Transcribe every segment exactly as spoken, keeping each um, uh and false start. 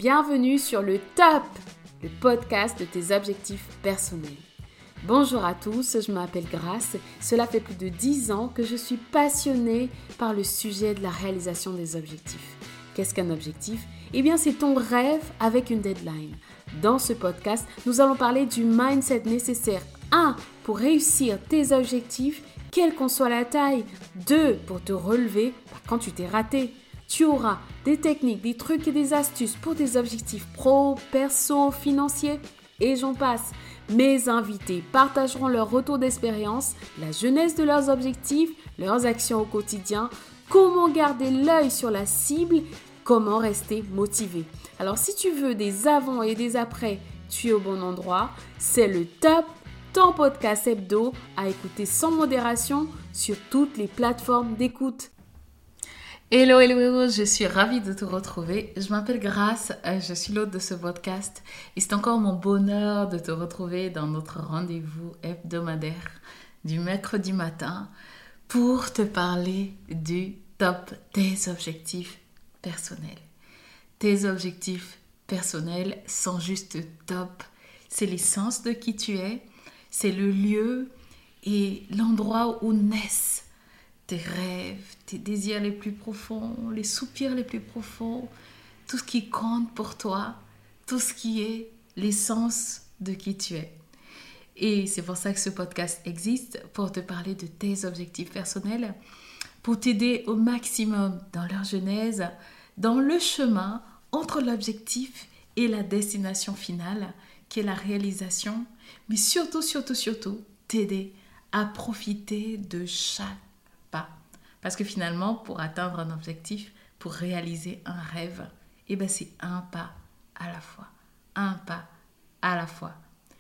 Bienvenue sur le Top, le podcast de tes objectifs personnels. Bonjour à tous, je m'appelle Grace. Cela fait plus de dix ans que je suis passionnée par le sujet de la réalisation des objectifs. Qu'est-ce qu'un objectif ? Eh bien, c'est ton rêve avec une deadline. Dans ce podcast, nous allons parler du mindset nécessaire. un. Pour réussir tes objectifs, quelle qu'en soit la taille. deux. Pour te relever quand tu t'es raté. Tu auras des techniques, des trucs et des astuces pour tes objectifs pro, perso, financiers et j'en passe. Mes invités partageront leur retour d'expérience, la jeunesse de leurs objectifs, leurs actions au quotidien, comment garder l'œil sur la cible, comment rester motivé. Alors si tu veux des avant et des après, tu es au bon endroit. C'est le Top, ton podcast hebdo à écouter sans modération sur toutes les plateformes d'écoute. Hello, hello, hello, je suis ravie de te retrouver. Je m'appelle Grace, je suis l'hôte de ce podcast et c'est encore mon bonheur de te retrouver dans notre rendez-vous hebdomadaire du mercredi matin pour te parler du top des objectifs personnels. Tes objectifs personnels sont juste top. C'est l'essence de qui tu es, c'est le lieu et l'endroit où naissent tes rêves, tes désirs les plus profonds, les soupirs les plus profonds, tout ce qui compte pour toi, tout ce qui est l'essence de qui tu es. Et c'est pour ça que ce podcast existe, pour te parler de tes objectifs personnels, pour t'aider au maximum dans leur genèse, dans le chemin entre l'objectif et la destination finale, qui est la réalisation, mais surtout, surtout, surtout, t'aider à profiter de chaque pas. Parce que finalement, pour atteindre un objectif, pour réaliser un rêve, eh ben c'est un pas à la fois. Un pas à la fois.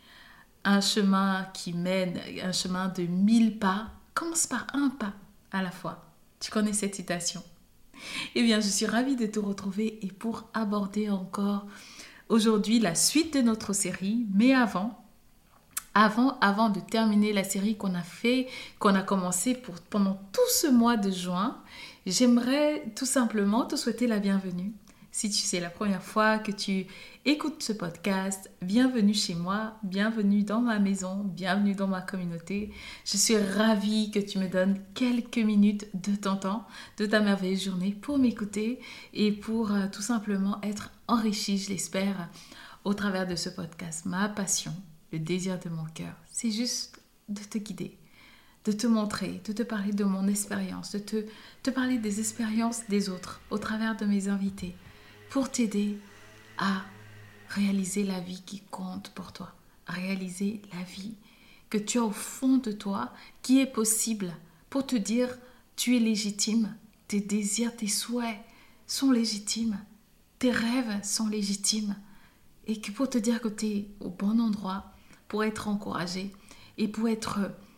Un chemin qui mène, un chemin de mille pas, commence par un pas à la fois. Tu connais cette citation ? Eh bien, je suis ravie de te retrouver et pour aborder encore aujourd'hui la suite de notre série. Mais avant, Avant, avant de terminer la série qu'on a fait, qu'on a commencé pour, pendant tout ce mois de juin, j'aimerais tout simplement te souhaiter la bienvenue. Si tu c'est la première fois que tu écoutes ce podcast, bienvenue chez moi, bienvenue dans ma maison, bienvenue dans ma communauté. Je suis ravie que tu me donnes quelques minutes de ton temps, de ta merveilleuse journée pour m'écouter et pour euh, tout simplement être enrichie, je l'espère, au travers de ce podcast. Ma passion, le désir de mon cœur, c'est juste de te guider, de te montrer, de te parler de mon expérience, de te, te parler des expériences des autres au travers de mes invités pour t'aider à réaliser la vie qui compte pour toi, à réaliser la vie que tu as au fond de toi, qui est possible pour te dire tu es légitime, tes désirs, tes souhaits sont légitimes, tes rêves sont légitimes et que pour te dire que tu es au bon endroit, pour être encouragé et pour être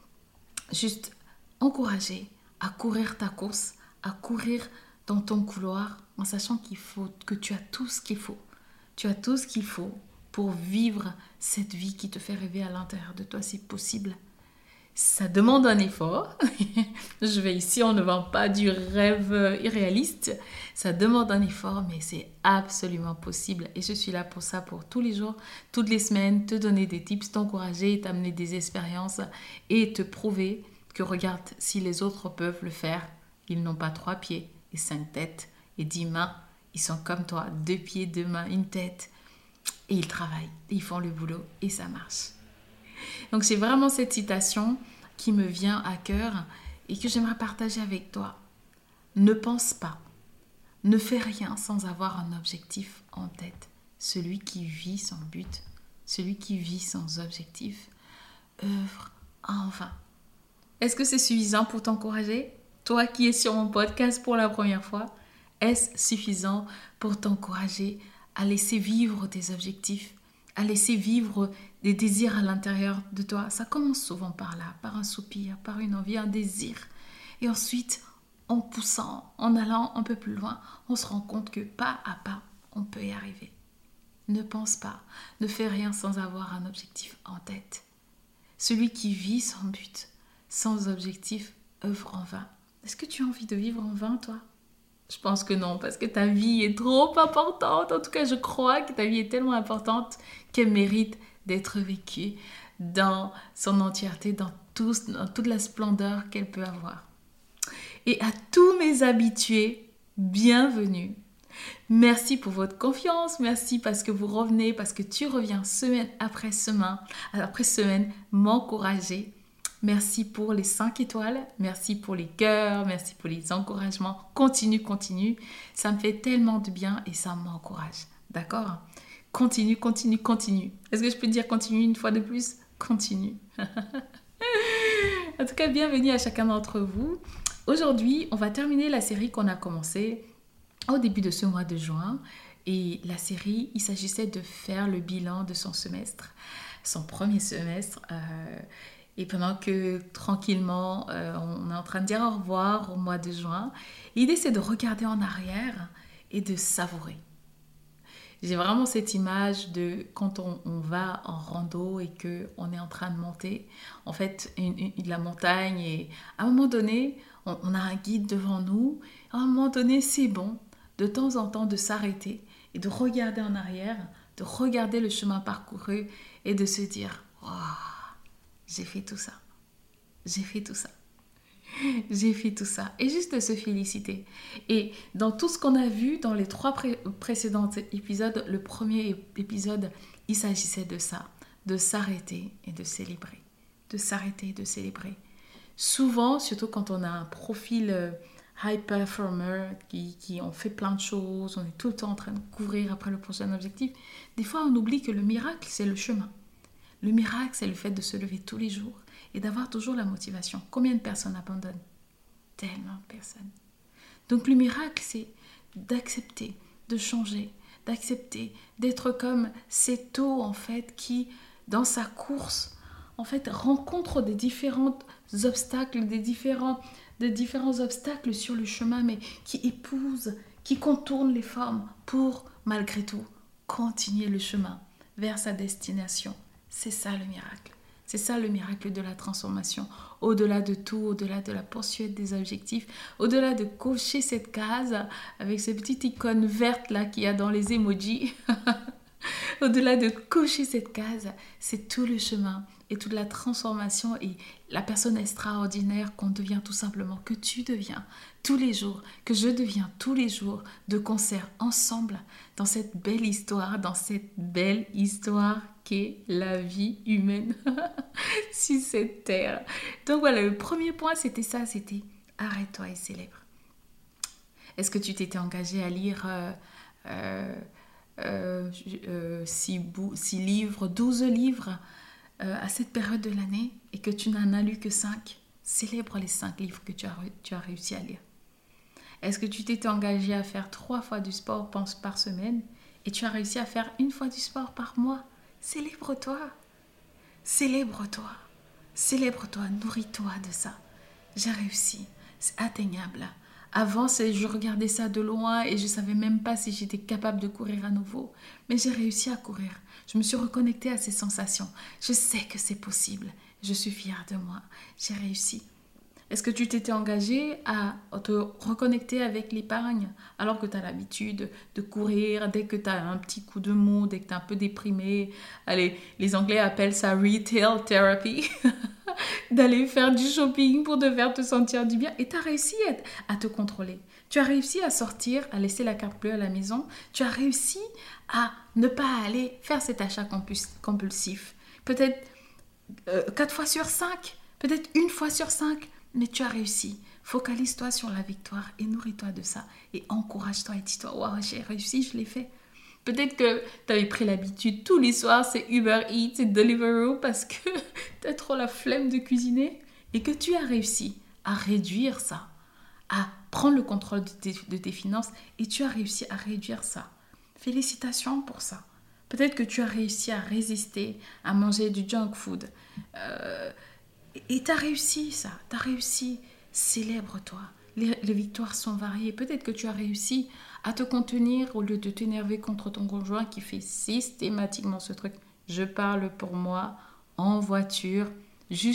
juste encouragé à courir ta course, à courir dans ton couloir en sachant qu'il faut, que tu as tout ce qu'il faut. Tu as tout ce qu'il faut pour vivre cette vie qui te fait rêver à l'intérieur de toi, c'est possible. Ça demande un effort. Je vais ici, on ne vend pas du rêve irréaliste. Ça demande un effort, mais c'est absolument possible. Et je suis là pour ça, pour tous les jours, toutes les semaines, te donner des tips, t'encourager, t'amener des expériences et te prouver que regarde, si les autres peuvent le faire, ils n'ont pas trois pieds et cinq têtes et dix mains. Ils sont comme toi, deux pieds, deux mains, une tête. Et ils travaillent, ils font le boulot et ça marche. Donc c'est vraiment cette citation qui me vient à cœur et que j'aimerais partager avec toi. Ne pense pas, ne fais rien sans avoir un objectif en tête. Celui qui vit sans but, celui qui vit sans objectif, œuvre en vain. Est-ce que c'est suffisant pour t'encourager ? Toi qui es sur mon podcast pour la première fois, est-ce suffisant pour t'encourager à laisser vivre tes objectifs ? À laisser vivre des désirs à l'intérieur de toi. Ça commence souvent par là, par un soupir, par une envie, un désir. Et ensuite, en poussant, en allant un peu plus loin, on se rend compte que pas à pas, on peut y arriver. Ne pense pas, ne fais rien sans avoir un objectif en tête. Celui qui vit sans but, sans objectif, œuvre en vain. Est-ce que tu as envie de vivre en vain, toi ? Je pense que non, parce que ta vie est trop importante. En tout cas, je crois que ta vie est tellement importante qu'elle mérite d'être vécue dans son entièreté, dans, tout, dans toute la splendeur qu'elle peut avoir. Et à tous mes habitués, bienvenue. Merci pour votre confiance, merci parce que vous revenez, parce que tu reviens semaine après semaine, après semaine m'encourager. Merci pour les cinq étoiles, merci pour les cœurs, merci pour les encouragements. Continue, continue. Ça me fait tellement de bien et ça m'encourage. D'accord ? Continue, continue, continue. Est-ce que je peux dire continue une fois de plus ? Continue. En tout cas, bienvenue à chacun d'entre vous. Aujourd'hui, on va terminer la série qu'on a commencée au début de ce mois de juin. Et la série, il s'agissait de faire le bilan de son semestre, son premier semestre. Euh, Et pendant que tranquillement, euh, on est en train de dire au revoir au mois de juin, l'idée c'est de regarder en arrière et de savourer. J'ai vraiment cette image de quand on, on va en rando et qu'on est en train de monter, en fait, une, une, la montagne. Et à un moment donné, on, on a un guide devant nous. À un moment donné, c'est bon de temps en temps de s'arrêter et de regarder en arrière, de regarder le chemin parcouru et de se dire « Waouh !» J'ai fait tout ça. J'ai fait tout ça. J'ai fait tout ça. Et juste de se féliciter. Et dans tout ce qu'on a vu dans les trois pré- précédents épisodes, le premier épisode, il s'agissait de ça. De s'arrêter et de célébrer. De s'arrêter et de célébrer. Souvent, surtout quand on a un profil euh, high performer, qui, qui on fait plein de choses, on est tout le temps en train de courir après le prochain objectif, des fois on oublie que le miracle, c'est le chemin. Le miracle, c'est le fait de se lever tous les jours et d'avoir toujours la motivation. Combien de personnes abandonnent ? Tellement de personnes. Donc le miracle, c'est d'accepter, de changer, d'accepter, d'être comme cet eau, en fait, qui, dans sa course, en fait, rencontre des différents obstacles, des différents, des différents obstacles sur le chemin, mais qui épouse, qui contourne les formes pour, malgré tout, continuer le chemin vers sa destination. C'est ça le miracle. C'est ça le miracle de la transformation. Au-delà de tout, au-delà de la poursuite des objectifs, au-delà de cocher cette case avec cette petite icône verte là qu'il y a dans les emojis, au-delà de cocher cette case, c'est tout le chemin et toute la transformation et la personne extraordinaire qu'on devient tout simplement, que tu deviens tous les jours, que je deviens tous les jours de concert ensemble dans cette belle histoire, dans cette belle histoire qu'est la vie humaine sur cette terre. Donc voilà, le premier point c'était ça, c'était arrête-toi et célèbre. Est-ce que tu t'étais engagé à lire euh, euh, euh, euh, six, bou- six livres, douze livres euh, à cette période de l'année et que tu n'en as lu que cinq? Célèbre les cinq livres que tu as, tu as réussi à lire. Est-ce que tu t'étais engagé à faire trois fois du sport par semaine et tu as réussi à faire une fois du sport par mois? Célèbre-toi. Célèbre-toi. Célèbre-toi. Nourris-toi de ça. J'ai réussi. C'est atteignable. Avant, je regardais ça de loin et je ne savais même pas si j'étais capable de courir à nouveau. Mais j'ai réussi à courir. Je me suis reconnectée à ces sensations. Je sais que c'est possible. Je suis fière de moi. J'ai réussi. Est-ce que tu t'étais engagé à te reconnecter avec l'épargne alors que tu as l'habitude de courir dès que tu as un petit coup de mou, dès que tu es un peu déprimé? Allez, les Anglais appellent ça retail therapy. D'aller faire du shopping pour te faire te sentir du bien. Et tu as réussi à, à te contrôler. Tu as réussi à sortir, à laisser la carte bleue à la maison. Tu as réussi à ne pas aller faire cet achat compulsif. Peut-être euh, quatre fois sur cinq, peut-être une fois sur cinq. Mais tu as réussi. Focalise-toi sur la victoire et nourris-toi de ça. Et encourage-toi et dis-toi, waouh, j'ai réussi, je l'ai fait. Peut-être que tu avais pris l'habitude, tous les soirs, c'est Uber Eats, c'est Deliveroo parce que tu as trop la flemme de cuisiner. Et que tu as réussi à réduire ça, à prendre le contrôle de tes, de tes finances. Et tu as réussi à réduire ça. Félicitations pour ça. Peut-être que tu as réussi à résister à manger du junk food. Euh... Et tu as réussi ça, tu as réussi, célèbre-toi. Les, les victoires sont variées. Peut-être que tu as réussi à te contenir au lieu de t'énerver contre ton conjoint qui fait systématiquement ce truc. Je parle pour moi, en voiture, juste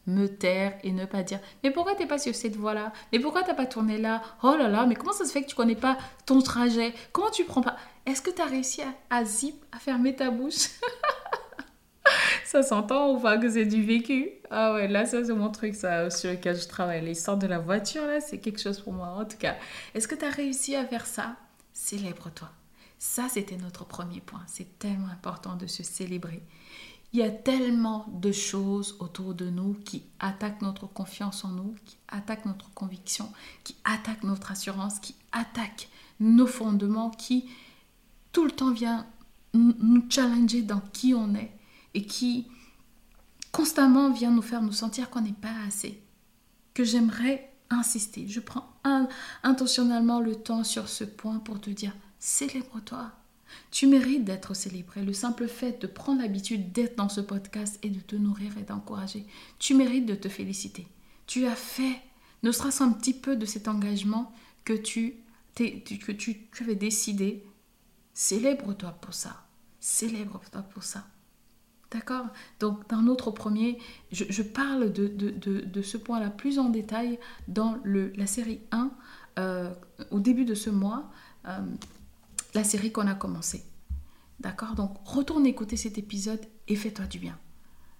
me taire et ne pas dire « Mais pourquoi t'es pas sur cette voie-là? Mais pourquoi t'as pas tourné là? Oh là là, mais comment ça se fait que tu connais pas ton trajet? Comment tu prends pas... » Est-ce que tu as réussi à, à zip, à fermer ta bouche? Ça s'entend ou pas que c'est du vécu? Ah ouais, là, ça, c'est mon truc ça, sur lequel je travaille. L'histoire de la voiture, là, c'est quelque chose pour moi. En tout cas, est-ce que tu as réussi à faire ça? Célèbre-toi. Ça, c'était notre premier point. C'est tellement important de se célébrer. Il y a tellement de choses autour de nous qui attaquent notre confiance en nous, qui attaquent notre conviction, qui attaquent notre assurance, qui attaquent nos fondements, qui tout le temps vient nous challenger dans qui on est et qui constamment vient nous faire nous sentir qu'on n'est pas assez. Que j'aimerais insister. Je prends un, intentionnellement le temps sur ce point pour te dire, célèbre-toi. Tu mérites d'être célébré. Le simple fait de prendre l'habitude d'être dans ce podcast et de te nourrir et d'encourager, tu mérites de te féliciter. Tu as fait, ne serait-ce un petit peu de cet engagement que tu, t'es, que tu, tu avais décidé. Célèbre-toi pour ça. Célèbre-toi pour ça. D'accord? Donc, dans notre premier, je, je parle de, de, de, de ce point-là plus en détail dans le, la série un, euh, au début de ce mois, euh, la série qu'on a commencée. D'accord? Donc, retourne écouter cet épisode et fais-toi du bien.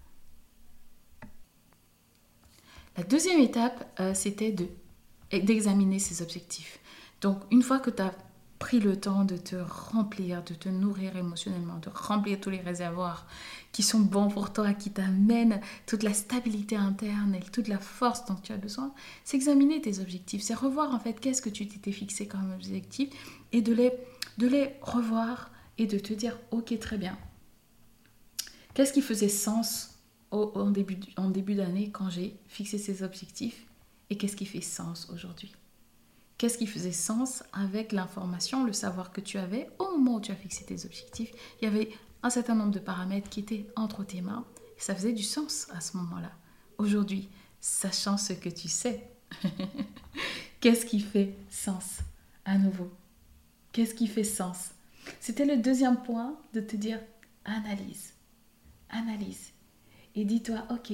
La deuxième étape, euh, c'était de, d'examiner ses objectifs. Donc, une fois que tu as pris le temps de te remplir, de te nourrir émotionnellement, de remplir tous les réservoirs qui sont bons pour toi, qui t'amènent toute la stabilité interne et toute la force dont tu as besoin, c'est examiner tes objectifs, c'est revoir en fait qu'est-ce que tu t'étais fixé comme objectif et de les, de les revoir et de te dire ok très bien, qu'est-ce qui faisait sens au, en, début, en début d'année quand j'ai fixé ces objectifs et qu'est-ce qui fait sens aujourd'hui? Qu'est-ce qui faisait sens avec l'information, le savoir que tu avais au moment où tu as fixé tes objectifs? Il y avait un certain nombre de paramètres qui étaient entre tes mains et ça faisait du sens à ce moment-là. Aujourd'hui, sachant ce que tu sais, qu'est-ce qui fait sens à nouveau? Qu'est-ce qui fait sens? C'était le deuxième point de te dire analyse, analyse et dis-toi ok,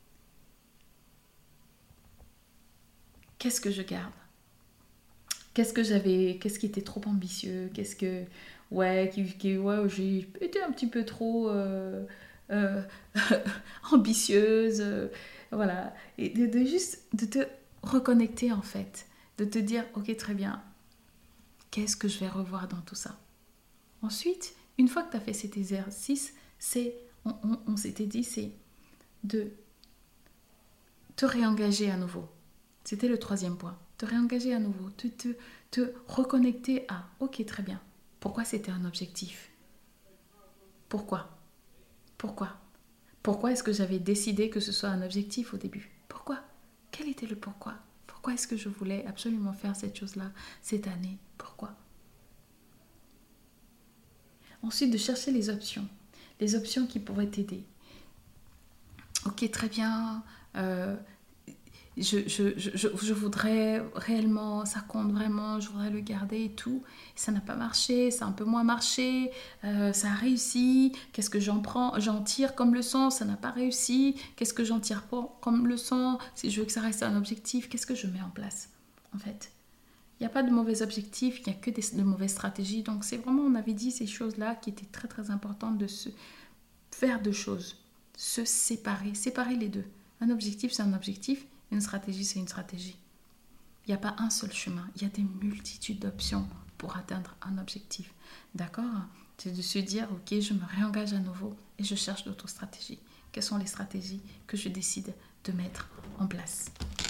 qu'est-ce que je garde? Qu'est-ce que j'avais, qu'est-ce qui était trop ambitieux, qu'est-ce que, ouais, qui, qui, ouais j'ai été un petit peu trop euh, euh, ambitieuse, euh, voilà, et de, de juste de te reconnecter en fait, de te dire, ok très bien, qu'est-ce que je vais revoir dans tout ça? Ensuite, une fois que tu as fait cet exercice, c'est, on, on, on s'était dit, c'est de te réengager à nouveau. C'était le troisième point. Te réengager à nouveau, te, te, te reconnecter à « Ok, très bien. Pourquoi c'était un objectif? Pourquoi? Pourquoi? Pourquoi est-ce que j'avais décidé que ce soit un objectif au début? Pourquoi? Quel était le pourquoi? Pourquoi est-ce que je voulais absolument faire cette chose-là cette année? Pourquoi? Ensuite, de chercher les options. Les options qui pourraient t'aider. Ok, très bien. Euh, Je, je, je, je voudrais réellement, ça compte vraiment, je voudrais le garder et tout. Ça n'a pas marché, ça a un peu moins marché, euh, ça a réussi. Qu'est-ce que j'en prends, j'en tire comme leçon? Ça n'a pas réussi. Qu'est-ce que j'en tire pour, comme leçon? Si je veux que ça reste un objectif, qu'est-ce que je mets en place? En fait, il n'y a pas de mauvais objectifs, il n'y a que des, de mauvaises stratégies. Donc c'est vraiment, on avait dit ces choses-là qui étaient très très importantes de se faire deux choses, se séparer, séparer les deux. Un objectif, c'est un objectif. Une stratégie, c'est une stratégie. Il n'y a pas un seul chemin. Il y a des multitudes d'options pour atteindre un objectif. D'accord? C'est de se dire, ok, je me réengage à nouveau et je cherche d'autres stratégies. Quelles sont les stratégies que je décide de mettre en place?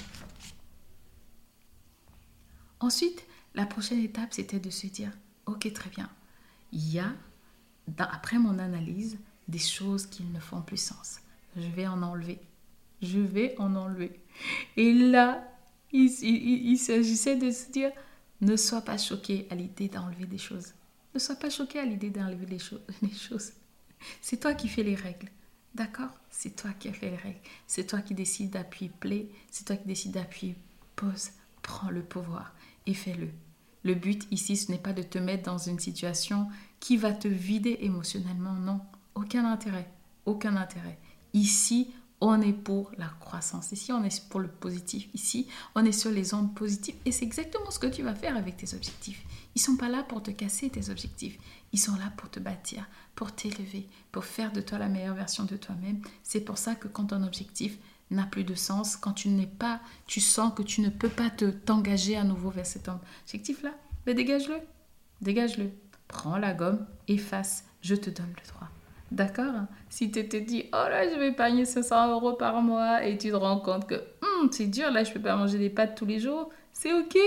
Ensuite, la prochaine étape, c'était de se dire, ok, très bien. Il y a, après mon analyse, des choses qui ne font plus sens. Je vais en enlever. Je vais en enlever. Et là, il, il, il s'agissait de se dire, ne sois pas choqué à l'idée d'enlever des choses. Ne sois pas choqué à l'idée d'enlever les, cho- les choses. C'est toi qui fais les règles. D'accord? C'est toi qui as fait les règles. C'est toi qui décides d'appuyer play. C'est toi qui décides d'appuyer pause. Prends le pouvoir et fais-le. Le but ici, ce n'est pas de te mettre dans une situation qui va te vider émotionnellement. Non. Aucun intérêt. Aucun intérêt. Ici, On est pour la croissance. Ici, on est pour le positif. Ici, on est sur les ondes positives. Et c'est exactement ce que tu vas faire avec tes objectifs. Ils ne sont pas là pour te casser tes objectifs. Ils sont là pour te bâtir, pour t'élever, pour faire de toi la meilleure version de toi-même. C'est pour ça que quand ton objectif n'a plus de sens, quand tu n'es pas, tu sens que tu ne peux pas te, t'engager à nouveau vers cet objectif-là, mais dégage-le. Dégage-le. Prends la gomme, efface. Je te donne le droit. D'accord? Si tu te dis, oh là, je vais épargner cinq cents euros par mois et tu te rends compte que hum, c'est dur, là, je ne peux pas manger des pâtes tous les jours, c'est OK.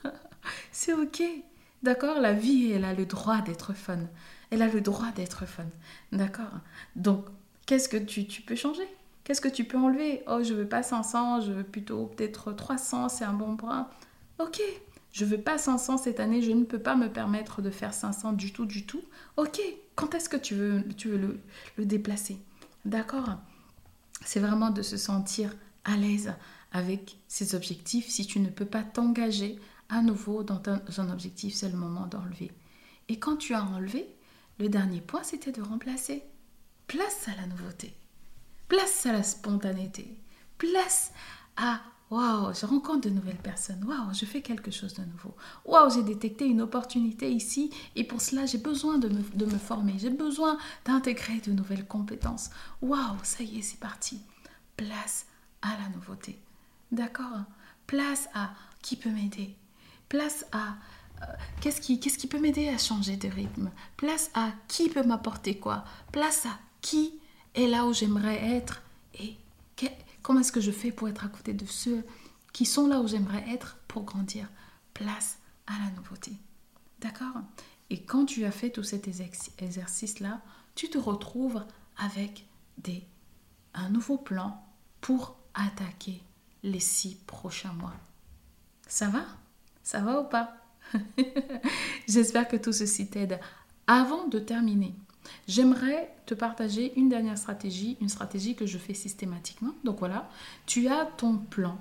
C'est OK. D'accord? La vie, elle a le droit d'être fun. Elle a le droit d'être fun. D'accord? Donc, qu'est-ce que tu, tu peux changer? Qu'est-ce que tu peux enlever? Oh, je ne veux pas cinq cents, je veux plutôt peut-être trois cents, c'est un bon brin. OK. Je ne veux pas cinq cents cette année, je ne peux pas me permettre de faire cinq cents du tout, du tout. OK, quand est-ce que tu veux, tu veux le, le déplacer? D'accord? C'est vraiment de se sentir à l'aise avec ses objectifs. Si tu ne peux pas t'engager à nouveau dans un, un objectif, c'est le moment d'enlever. Et quand tu as enlevé, le dernier point, c'était de remplacer. Place à la nouveauté. Place à la spontanéité. Place à waouh, je rencontre de nouvelles personnes. Waouh, je fais quelque chose de nouveau. Waouh, j'ai détecté une opportunité ici et pour cela, j'ai besoin de me, de me former. J'ai besoin d'intégrer de nouvelles compétences. Waouh, ça y est, c'est parti. Place à la nouveauté. D'accord? Place à qui peut m'aider. Place à euh, qu'est-ce qui, qu'est-ce qui peut m'aider à changer de rythme. Place à qui peut m'apporter quoi. Place à qui est là où j'aimerais être et que, comment est-ce que je fais pour être à côté de ceux qui sont là où j'aimerais être pour grandir? Place à la nouveauté. D'accord? Et quand tu as fait tous ces exercices-là, tu te retrouves avec des, un nouveau plan pour attaquer les six prochains mois. Ça va? Ça va ou pas? J'espère que tout ceci t'aide. Avant de terminer, j'aimerais te partager une dernière stratégie, une stratégie que je fais systématiquement. Donc voilà, tu as ton plan,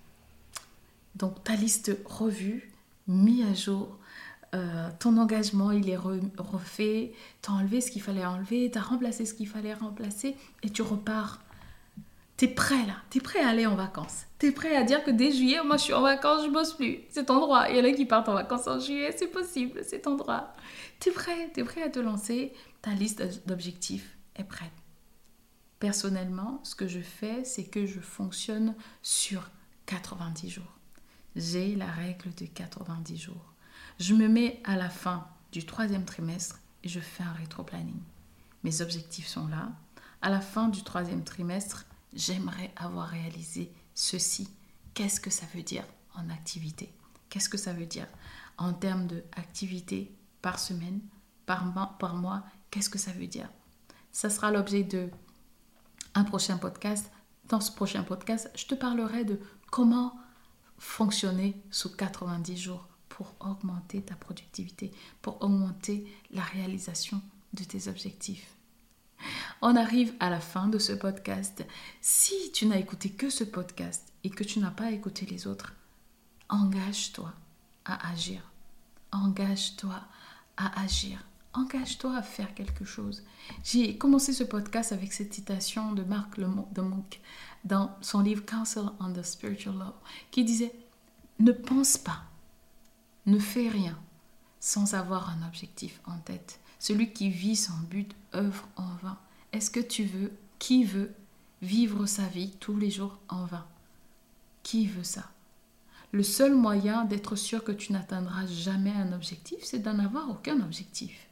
donc ta liste revue, mis à jour, euh, ton engagement il est re, refait, tu as enlevé ce qu'il fallait enlever, tu as remplacé ce qu'il fallait remplacer et tu repars. Tu es prêt là, tu es prêt à aller en vacances. Tu es prêt à dire que dès juillet, moi je suis en vacances, je bosse plus. C'est ton droit. Il y en a qui partent en vacances en juillet, c'est possible, c'est ton droit. Tu es prêt, tu es prêt à te lancer. Ta liste d'objectifs est prête. Personnellement, ce que je fais, c'est que je fonctionne sur quatre-vingt-dix jours. J'ai la règle de quatre-vingt-dix jours. Je me mets à la fin du troisième trimestre et je fais un rétro-planning. Mes objectifs sont là. À la fin du troisième trimestre, j'aimerais avoir réalisé ceci. Qu'est-ce que ça veut dire en activité? Qu'est-ce que ça veut dire en termes d'activité par semaine, par mois, par mois? Qu'est-ce que ça veut dire? Ça sera l'objet de un prochain podcast. Dans ce prochain podcast, je te parlerai de comment fonctionner sous quatre-vingt-dix jours pour augmenter ta productivité, pour augmenter la réalisation de tes objectifs. On arrive à la fin de ce podcast. Si tu n'as écouté que ce podcast et que tu n'as pas écouté les autres, engage-toi à agir. Engage-toi à agir. Engage-toi à faire quelque chose. J'ai commencé ce podcast avec cette citation de Marc de Monk dans son livre Counsel on the Spiritual Law qui disait « Ne pense pas, ne fais rien sans avoir un objectif en tête. Celui qui vit sans but œuvre en vain. » Est-ce que tu veux, qui veut vivre sa vie tous les jours en vain? Qui veut ça? Le seul moyen d'être sûr que tu n'atteindras jamais un objectif, c'est d'en avoir aucun objectif.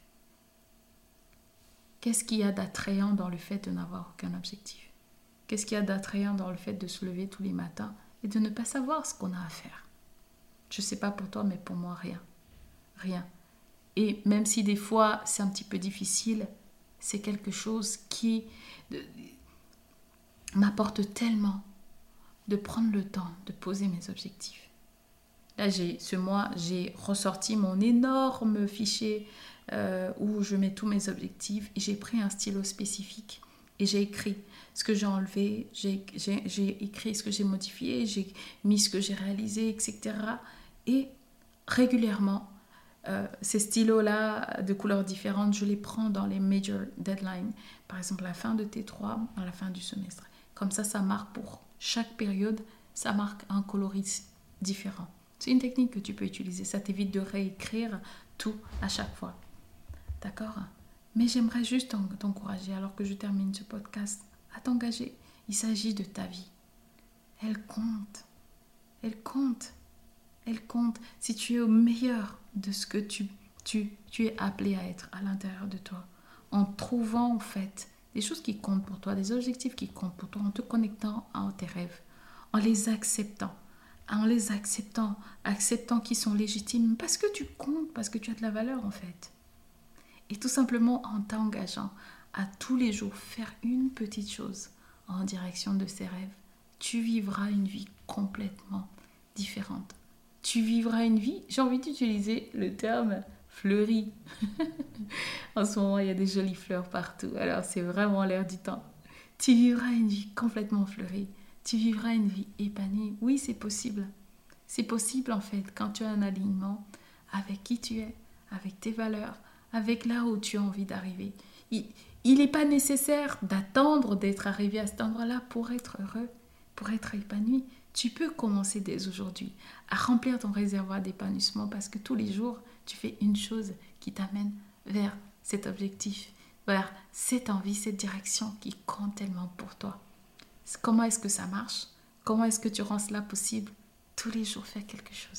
Qu'est-ce qu'il y a d'attrayant dans le fait de n'avoir aucun objectif? Qu'est-ce qu'il y a d'attrayant dans le fait de se lever tous les matins et de ne pas savoir ce qu'on a à faire? Je ne sais pas pour toi, mais pour moi, rien. Rien. Et même si des fois, c'est un petit peu difficile, c'est quelque chose qui de, m'apporte tellement de prendre le temps de poser mes objectifs. Là, j'ai, ce mois, j'ai ressorti mon énorme fichier euh, où je mets tous mes objectifs et j'ai pris un stylo spécifique et j'ai écrit ce que j'ai enlevé, j'ai, j'ai, j'ai écrit ce que j'ai modifié, j'ai mis ce que j'ai réalisé, et cetera. Et régulièrement, Euh, ces stylos-là de couleurs différentes, je les prends dans les major deadlines. Par exemple, à la fin de T trois, à la fin du semestre. Comme ça, ça marque pour chaque période, ça marque un coloris différent. C'est une technique que tu peux utiliser. Ça t'évite de réécrire tout à chaque fois. D'accord ? Mais j'aimerais juste t'encourager, alors que je termine ce podcast, à t'engager. Il s'agit de ta vie. Elle compte. Elle compte. Elle compte. Si tu es au meilleur de ce que tu, tu, tu es appelé à être à l'intérieur de toi, en trouvant en fait des choses qui comptent pour toi, des objectifs qui comptent pour toi, en te connectant à tes rêves, en les acceptant, en les acceptant, acceptant qu'ils sont légitimes parce que tu comptes, parce que tu as de la valeur en fait. Et tout simplement en t'engageant à tous les jours faire une petite chose en direction de ces rêves, tu vivras une vie complètement différente. Tu vivras une vie, j'ai envie d'utiliser le terme fleurie. En ce moment, il y a des jolies fleurs partout, alors c'est vraiment l'air du temps. Tu vivras une vie complètement fleurie. Tu vivras une vie épanouie. Oui, c'est possible. C'est possible en fait quand tu as un alignement avec qui tu es, avec tes valeurs, avec là où tu as envie d'arriver. Il n'est pas nécessaire d'attendre d'être arrivé à cet endroit-là pour être heureux, pour être épanoui. Tu peux commencer dès aujourd'hui à remplir ton réservoir d'épanouissement parce que tous les jours, tu fais une chose qui t'amène vers cet objectif, vers cette envie, cette direction qui compte tellement pour toi. Comment est-ce que ça marche? Comment est-ce que tu rends cela possible? Tous les jours, fais quelque chose.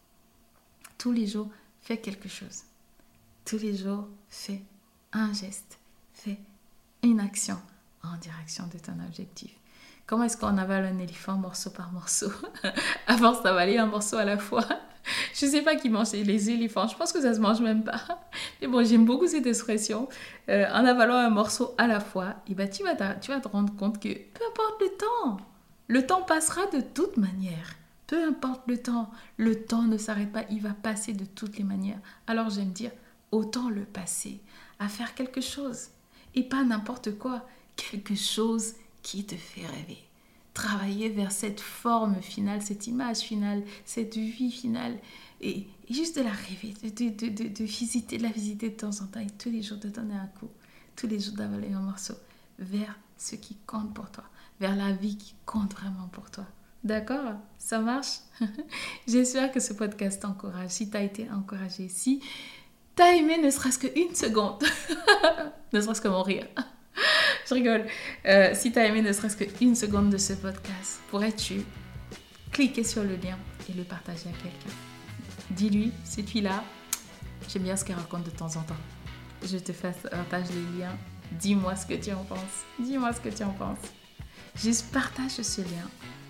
Tous les jours, fais quelque chose. Tous les jours, fais un geste, fais une action en direction de ton objectif. Comment est-ce qu'on avale un éléphant morceau par morceau? À force d'avaler un morceau à la fois. Je ne sais pas qui mange les éléphants, je pense que ça ne se mange même pas. Mais bon, j'aime beaucoup cette expression. Euh, en avalant un morceau à la fois, et ben, tu, vas te, tu vas te rendre compte que peu importe le temps, le temps passera de toute manière. Peu importe le temps, le temps ne s'arrête pas, il va passer de toutes les manières. Alors j'aime dire, autant le passer à faire quelque chose. Et pas n'importe quoi, quelque chose qui te fait rêver. Travailler vers cette forme finale, cette image finale, cette vie finale. Et, et juste de la rêver, de, de, de, de, visiter, de la visiter de temps en temps et tous les jours de donner un coup, tous les jours d'avaler un morceau vers ce qui compte pour toi, vers la vie qui compte vraiment pour toi. D'accord? Ça marche? J'espère que ce podcast t'encourage. Si tu as été encouragé, si tu as aimé ne serait-ce qu'une seconde, ne serait-ce que mon rire. Je rigole. Euh, si tu as aimé ne serait-ce qu'une seconde de ce podcast, pourrais-tu cliquer sur le lien et le partager à quelqu'un? Dis-lui, c'est celui-là, j'aime bien ce qu'il raconte de temps en temps. Je te fasse partage les liens. Dis-moi ce que tu en penses. Dis-moi ce que tu en penses. Juste partage ce lien.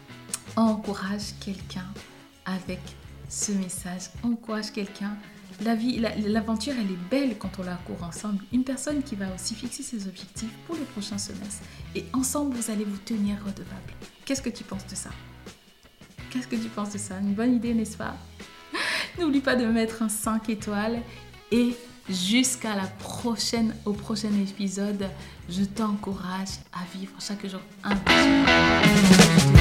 Encourage quelqu'un avec ce message. Encourage quelqu'un. La vie, la, l'aventure, elle est belle quand on la court ensemble. Une personne qui va aussi fixer ses objectifs pour le prochain semestre. Et ensemble, vous allez vous tenir redevables. Qu'est-ce que tu penses de ça? Qu'est-ce que tu penses de ça? Une bonne idée, n'est-ce pas? N'oublie pas de mettre un cinq étoiles. Et jusqu'à la prochaine, au prochain épisode, je t'encourage à vivre chaque jour un peu.